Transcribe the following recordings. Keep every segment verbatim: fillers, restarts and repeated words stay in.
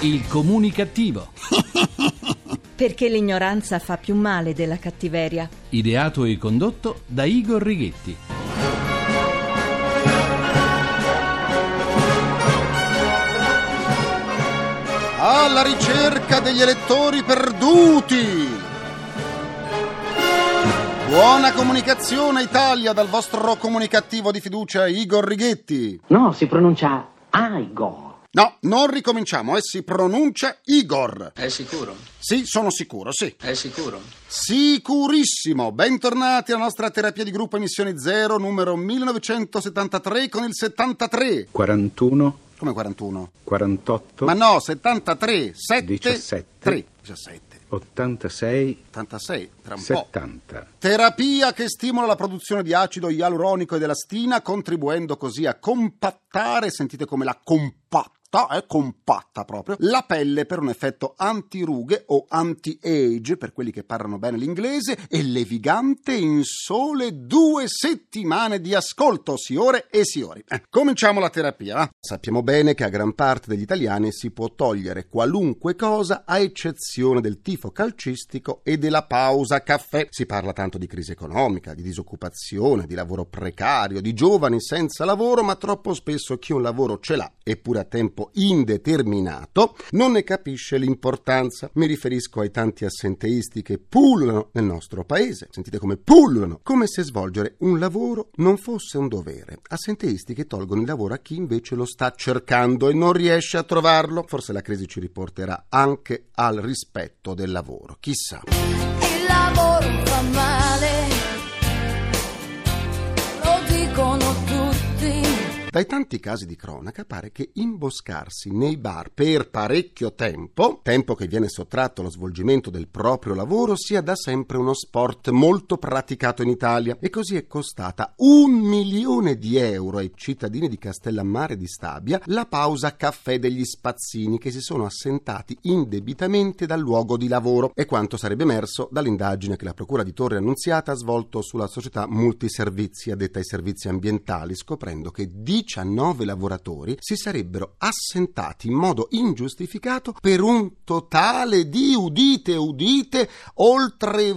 Il comunicativo. Perché l'ignoranza fa più male della cattiveria. Ideato e condotto da Igor Righetti. Alla ricerca degli elettori perduti. Buona comunicazione Italia dal vostro comunicativo di fiducia Igor Righetti. No, si pronuncia Igor. No, non ricominciamo, eh, si pronuncia Igor. È sicuro? Sì, sono sicuro, sì. È sicuro? Sicurissimo. Bentornati alla nostra terapia di gruppo Emissioni Zero, numero millenovecentosettantatré con il settantatré. quarantuno. Come quarantuno? quarantotto. Ma no, settantatré, sette, diciassette. tre, diciassette. ottantasei. ottantasei, tra un settanta. po'. Terapia che stimola la produzione di acido ialuronico ed elastina, contribuendo così a compattare, sentite come la compatta, è compatta proprio, la pelle per un effetto antirughe o anti-age, per quelli che parlano bene l'inglese, e levigante in sole due settimane di ascolto, signore e signori. Eh, cominciamo la terapia, va? Sappiamo bene che a gran parte degli italiani si può togliere qualunque cosa a eccezione del tifo calcistico e della pausa caffè. Si parla tanto di crisi economica, di disoccupazione, di lavoro precario, di giovani senza lavoro, ma troppo spesso chi un lavoro ce l'ha, eppure a tempo indeterminato, non ne capisce l'importanza. Mi riferisco ai tanti assenteisti che pullulano nel nostro paese. Sentite come pullulano, come se svolgere un lavoro non fosse un dovere. Assenteisti che tolgono il lavoro a chi invece lo sta cercando e non riesce a trovarlo. Forse la crisi ci riporterà anche al rispetto del lavoro, chissà. Il lavoro fa male, lo dicono tutti. Dai tanti casi di cronaca pare che imboscarsi nei bar per parecchio tempo, tempo che viene sottratto allo svolgimento del proprio lavoro, sia da sempre uno sport molto praticato in Italia, e così è costata un milione di euro ai cittadini di Castellammare di Stabia la pausa caffè degli spazzini che si sono assentati indebitamente dal luogo di lavoro, e quanto sarebbe emerso dall'indagine che la Procura di Torre Annunziata ha svolto sulla società Multiservizi addetta ai servizi ambientali, scoprendo che diciannove lavoratori si sarebbero assentati in modo ingiustificato per un totale di, udite udite, oltre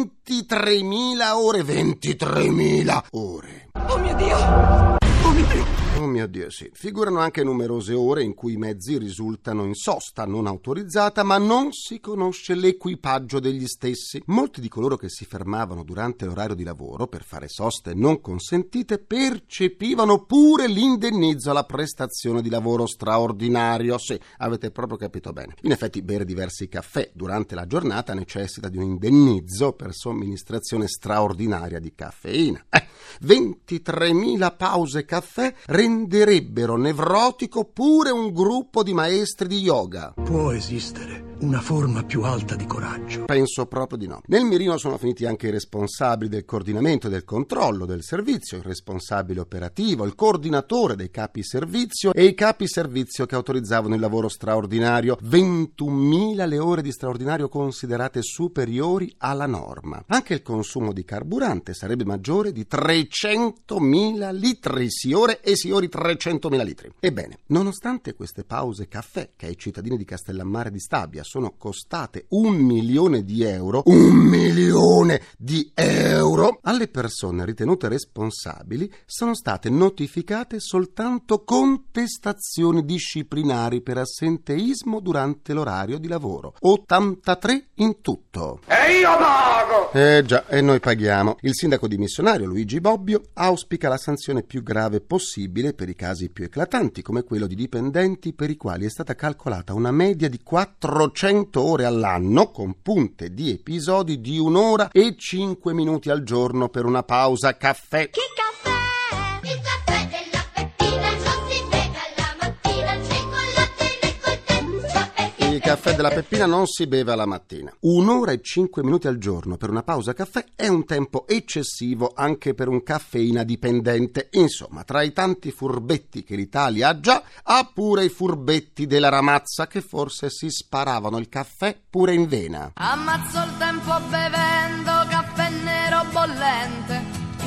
ventitremila ore. ventitremila ore. Oh mio Dio! Oh mio Dio! Oh mio Dio, sì. Figurano anche numerose ore in cui i mezzi risultano in sosta non autorizzata, ma non si conosce l'equipaggio degli stessi. Molti di coloro che si fermavano durante l'orario di lavoro per fare soste non consentite percepivano pure l'indennizzo alla prestazione di lavoro straordinario. Sì, avete proprio capito bene. In effetti, bere diversi caffè durante la giornata necessita di un indennizzo per somministrazione straordinaria di caffeina. Eh, ventitremila pause caffè renderebbero nevrotico pure un gruppo di maestri di yoga. Può esistere una forma più alta di coraggio? Penso proprio di no. Nel mirino sono finiti anche i responsabili del coordinamento e del controllo del servizio, il responsabile operativo, il coordinatore dei capi servizio e i capi servizio che autorizzavano il lavoro straordinario. ventunomila le ore di straordinario considerate superiori alla norma. Anche il consumo di carburante sarebbe maggiore di trecentomila litri, signore e signori, trecentomila litri. Ebbene, nonostante queste pause caffè che ai cittadini di Castellammare di Stabia sono costate un milione di euro, un milione di euro, alle persone ritenute responsabili sono state notificate soltanto contestazioni disciplinari per assenteismo durante l'orario di lavoro. ottantatré in tutto. E io pago! Eh già, e noi paghiamo. Il sindaco dimissionario Luigi Bobbio auspica la sanzione più grave possibile per i casi più eclatanti, come quello di dipendenti per i quali è stata calcolata una media di quattrocento ore all'anno, con punte di episodi di un'ora e cinque minuti al giorno per una pausa caffè. Che caffè? Il caffè della Peppina non si beve alla mattina, c'è con latte nel coltello e Il caffè della Peppina non si beve alla mattina. Un'ora e cinque minuti al giorno per una pausa caffè è un tempo eccessivo anche per un caffeina dipendente. Insomma, tra i tanti furbetti che l'Italia ha già, ha pure i furbetti della Ramazza che forse si sparavano il caffè pure in vena. ammazzo il tempo bevendo caffè nero bollente.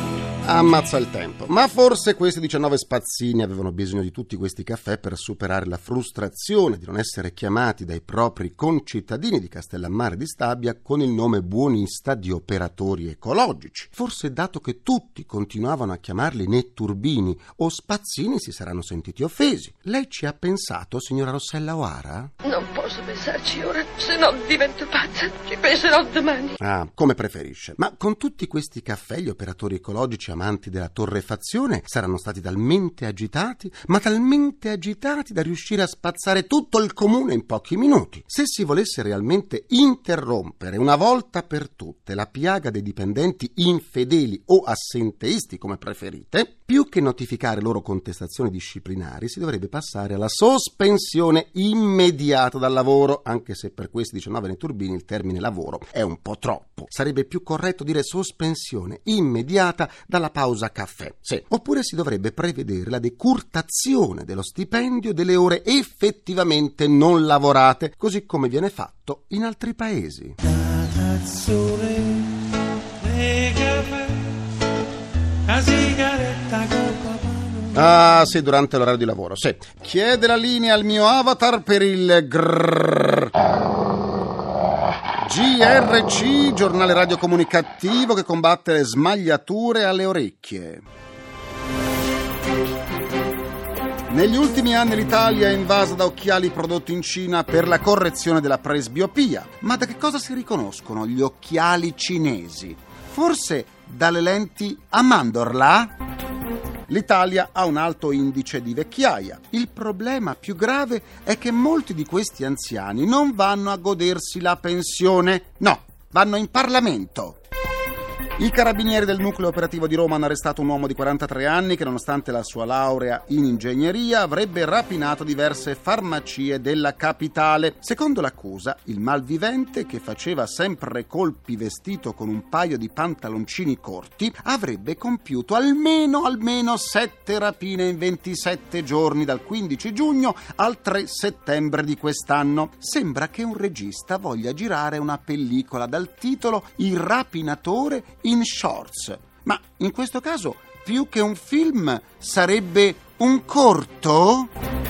Ammazza il tempo. Ma forse questi diciannove spazzini avevano bisogno di tutti questi caffè per superare la frustrazione di non essere chiamati dai propri concittadini di Castellammare di Stabia con il nome buonista di operatori ecologici. Forse, dato che tutti continuavano a chiamarli netturbini o spazzini, si saranno sentiti offesi. Lei ci ha pensato, signora Rossella O'Hara? Non posso pensarci ora, se no divento pazza. Ci penserò domani. Ah, come preferisce. Ma con tutti questi caffè gli operatori ecologici amanti della torrefazione saranno stati talmente agitati, ma talmente agitati da riuscire a spazzare tutto il comune in pochi minuti. Se si volesse realmente interrompere una volta per tutte la piaga dei dipendenti infedeli o assenteisti, come preferite, più che notificare loro contestazioni disciplinari, si dovrebbe passare alla sospensione immediata dal lavoro, anche se per questi diciannove netturbini il termine lavoro è un po' troppo. Sarebbe più corretto dire sospensione immediata dalla pausa caffè. Sì. Oppure si dovrebbe prevedere la decurtazione dello stipendio delle ore effettivamente non lavorate, così come viene fatto in altri paesi. Ah, sì, durante l'orario di lavoro, sì. Chiede la linea al mio avatar per il grrrr. G R C, giornale radiocomunicativo che combatte le smagliature alle orecchie. Negli ultimi anni l'Italia è invasa da occhiali prodotti in Cina per la correzione della presbiopia. Ma da che cosa si riconoscono gli occhiali cinesi? Forse dalle lenti a mandorla? L'Italia ha un alto indice di vecchiaia. Il problema più grave è che molti di questi anziani non vanno a godersi la pensione. No, vanno in Parlamento. I carabinieri del nucleo operativo di Roma hanno arrestato un uomo di quarantatré anni che, nonostante la sua laurea in ingegneria, avrebbe rapinato diverse farmacie della capitale. Secondo l'accusa, il malvivente, che faceva sempre colpi vestito con un paio di pantaloncini corti, avrebbe compiuto almeno almeno sette rapine in ventisette giorni, dal quindici giugno al tre settembre di quest'anno. Sembra che un regista voglia girare una pellicola dal titolo Il rapinatore in shorts, ma in questo caso più che un film sarebbe un corto?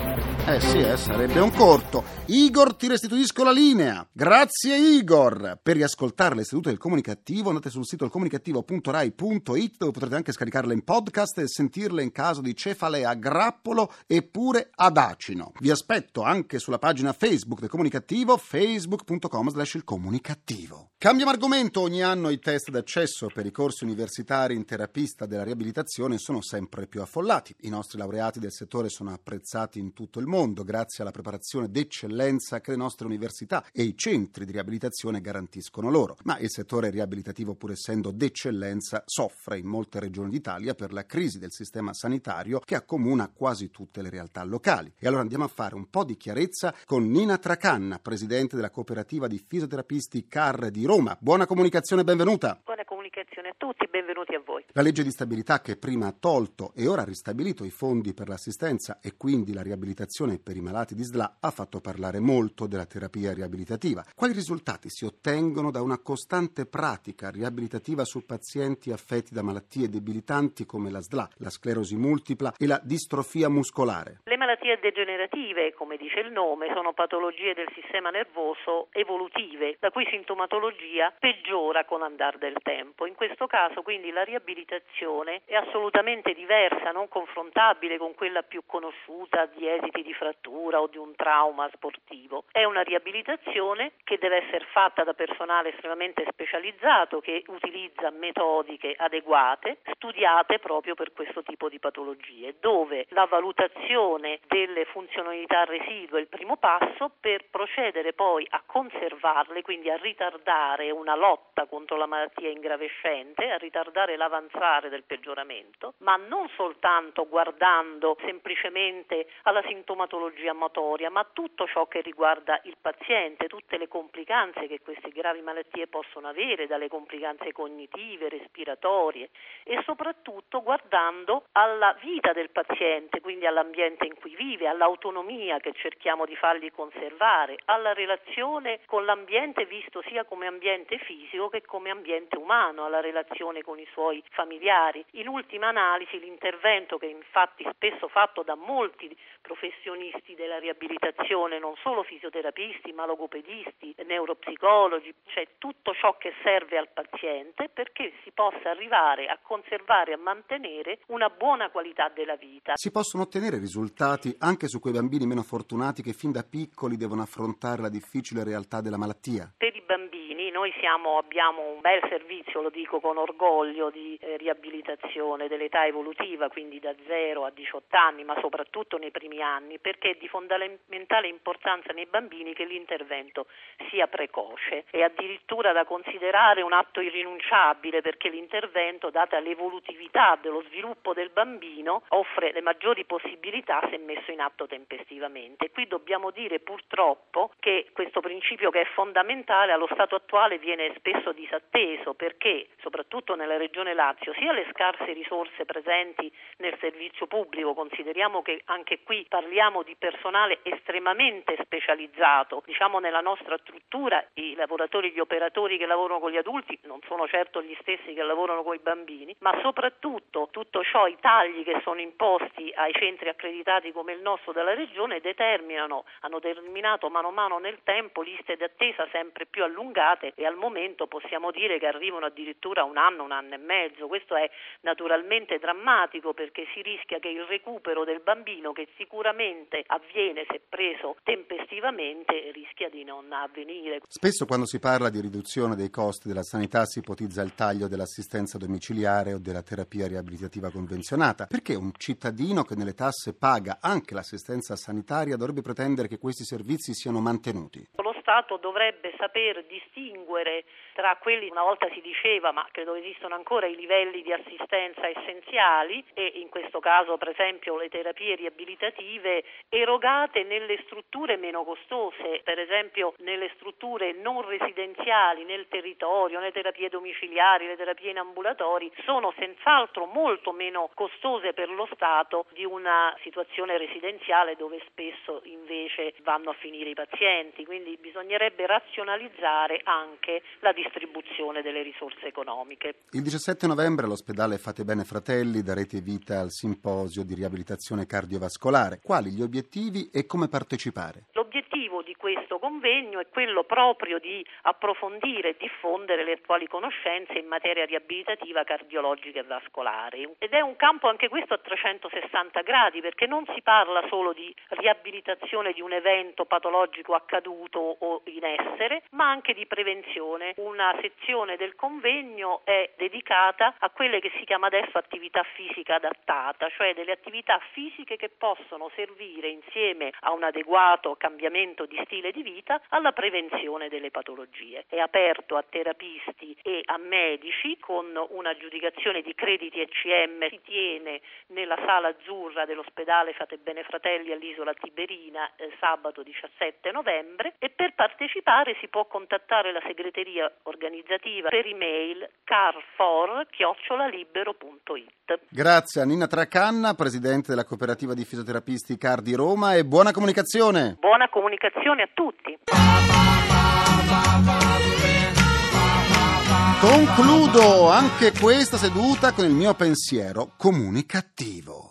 Eh sì, eh, sarebbe un corto. Igor, ti restituisco la linea. Grazie Igor. Per riascoltare le sedute del Comunicativo andate sul sito ilcomunicativo punto rai punto it, dove potrete anche scaricarle in podcast e sentirle in caso di cefalea a grappolo e pure ad acino. Vi aspetto anche sulla pagina Facebook del Comunicativo, facebook punto com slash il comunicativo. Cambiamo argomento. Ogni anno i test d'accesso per i corsi universitari in terapista della riabilitazione sono sempre più affollati. I nostri laureati del settore sono apprezzati in tutto il mondo grazie alla preparazione d'eccellenza che le nostre università e i centri di riabilitazione garantiscono loro. Ma il settore riabilitativo, pur essendo d'eccellenza, soffre in molte regioni d'Italia per la crisi del sistema sanitario che accomuna quasi tutte le realtà locali. E allora andiamo a fare un po' di chiarezza con Nina Tracanna, presidente della cooperativa di fisioterapisti C A R di Roma. Buona comunicazione, benvenuta. Buona comunicazione a tutti, benvenuti a voi. La legge di stabilità, che prima ha tolto e ora ha ristabilito i fondi per l'assistenza e quindi la riabilitazione per i malati di S L A, ha fatto parlare molto della terapia riabilitativa. Quali risultati si ottengono da una costante pratica riabilitativa su pazienti affetti da malattie debilitanti come la S L A, la sclerosi multipla e la distrofia muscolare? Le malattie degenerative, come dice il nome, sono patologie del sistema nervoso evolutive, la cui sintomatologia peggiora con andare del tempo. In questo caso quindi la riabilitazione è assolutamente diversa, non confrontabile con quella più conosciuta di esiti di frattura o di un trauma sportivo. È una riabilitazione che deve essere fatta da personale estremamente specializzato che utilizza metodiche adeguate, studiate proprio per questo tipo di patologie, dove la valutazione delle funzionalità residue è il primo passo per procedere poi a conservarle, quindi a ritardare una lotta contro la malattia ingravescente, a ritardare l'avanzare del peggioramento, ma non soltanto guardando semplicemente alla sintomatologia motoria, ma tutto ciò che riguarda il paziente, tutte le complicanze che queste gravi malattie possono avere, dalle complicanze cognitive, respiratorie, e soprattutto guardando alla vita del paziente, quindi all'ambiente in cui vive, all'autonomia che cerchiamo di fargli conservare, alla relazione con l'ambiente visto sia come ambiente fisico che come ambiente umano, alla relazione con i suoi familiari. In ultima analisi l'intervento, che infatti spesso fatto da molti professionisti della riabilitazione, non solo fisioterapisti ma logopedisti, neuropsicologi, cioè tutto ciò che serve al paziente perché si possa arrivare a conservare e a mantenere una buona qualità della vita. Si possono ottenere risultati anche su quei bambini meno fortunati che fin da piccoli devono affrontare la difficile realtà della malattia? Per i bambini noi siamo, abbiamo un bel servizio, lo dico con orgoglio, di eh, riabilitazione dell'età evolutiva, quindi da zero a diciotto anni, ma soprattutto nei primi anni, perché è di fondamentale importanza nei bambini che l'intervento sia precoce. È addirittura da considerare un atto irrinunciabile, perché l'intervento, data l'evolutività dello sviluppo del bambino, offre le maggiori possibilità se messo in atto tempestivamente. Qui dobbiamo dire purtroppo che questo principio, che è fondamentale, allo stato attuale viene spesso disatteso, perché soprattutto nella regione Lazio sia le scarse risorse presenti nel servizio pubblico, consideriamo che anche qui parliamo di personale estremamente specializzato, diciamo nella nostra struttura i lavoratori, gli operatori che lavorano con gli adulti non sono certo gli stessi che lavorano con i bambini, ma soprattutto tutto ciò, i tagli che sono imposti ai centri accreditati come il nostro della regione determinano, hanno determinato mano a mano nel tempo liste d'attesa sempre più allungate e al momento possiamo dire che arrivano addirittura un anno, un anno e mezzo. Questo è naturalmente drammatico, perché si rischia che il recupero del bambino, che sicuramente avviene se preso tempestivamente, rischia di non avvenire. Spesso quando si parla di riduzione dei costi della sanità si ipotizza il taglio dell'assistenza domiciliare o della terapia riabilitativa convenzionata. Perché un cittadino che nelle tasse paga anche l'assistenza sanitaria dovrebbe pretendere che questi servizi siano mantenuti? Lo Stato dovrebbe saper distinguere tra quelli, una volta si diceva, ma credo esistono ancora, i livelli di assistenza essenziali, e in questo caso per esempio le terapie riabilitative erogate nelle strutture meno costose, per esempio nelle strutture non residenziali nel territorio, le terapie domiciliari, le terapie in ambulatori sono senz'altro molto meno costose per lo Stato di una situazione residenziale dove spesso invece vanno a finire i pazienti, quindi bisognerebbe razionalizzare anche la distribuzione delle risorse economiche. Il diciassette novembre all'ospedale Fate Bene Fratelli darete vita al simposio di riabilitazione cardiovascolare. Quali gli obiettivi e come partecipare? L'obiettivo di questo convegno è quello proprio di approfondire e diffondere le attuali conoscenze in materia riabilitativa cardiologica e vascolare, ed è un campo anche questo a trecentosessanta gradi, perché non si parla solo di riabilitazione di un evento patologico accaduto o in essere, ma anche di prevenzione. Una sezione del convegno è dedicata a quelle che si chiama adesso attività fisica adattata, cioè delle attività fisiche che possono servire insieme a un adeguato cambiamento di stile di vita alla prevenzione delle patologie. È aperto a terapisti e a medici con un'aggiudicazione di crediti E C M, si tiene nella sala azzurra dell'ospedale Fate Bene Fratelli all'Isola Tiberina eh, sabato diciassette novembre, e per partecipare si può contattare la segreteria organizzativa per email carfor chiocciola libero punto it. Grazie a Nina Tracanna, presidente della cooperativa di fisioterapisti C A R di Roma, e buona comunicazione. Buona comunicazione a tutti. Concludo anche questa seduta con il mio pensiero comunicativo.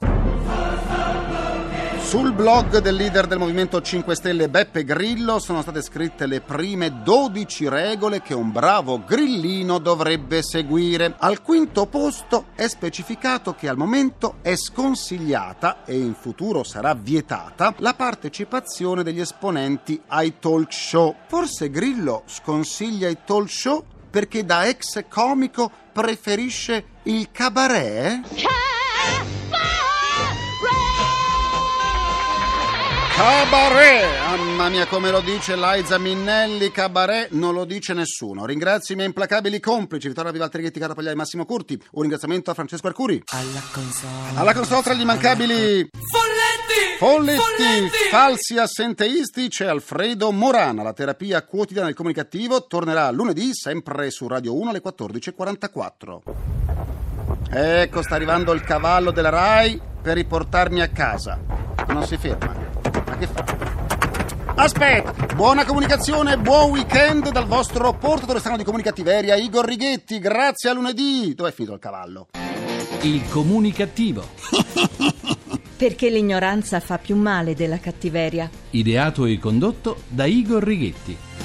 Sul blog del leader del Movimento cinque Stelle Beppe Grillo sono state scritte le prime dodici regole che un bravo grillino dovrebbe seguire. Al quinto posto è specificato che al momento è sconsigliata e in futuro sarà vietata la partecipazione degli esponenti ai talk show. Forse Grillo sconsiglia i talk show perché da ex comico preferisce il cabaret? Cabaret! Mamma mia, come lo dice Liza Minnelli, cabaret non lo dice nessuno. Ringrazio i miei implacabili complici, Vittorio Vivaltrighetti, Carlo Pagliai e Massimo Curti. Un ringraziamento a Francesco Arcuri. Alla console. Alla console tra gli immancabili Folletti! Folletti! Folletti! Falsi assenteisti c'è Alfredo Morana. La terapia quotidiana del comunicativo tornerà lunedì, sempre su Radio uno alle quattordici e quarantaquattro. Ecco, sta arrivando il cavallo della Rai per riportarmi a casa. Non si ferma. Ma che fa? Aspetta, buona comunicazione, buon weekend dal vostro portatore strano di comunicattiveria, Igor Righetti. Grazie a lunedì. Dov'è finito il cavallo? Il comunicativo. Perché l'ignoranza fa più male della cattiveria. Ideato e condotto da Igor Righetti.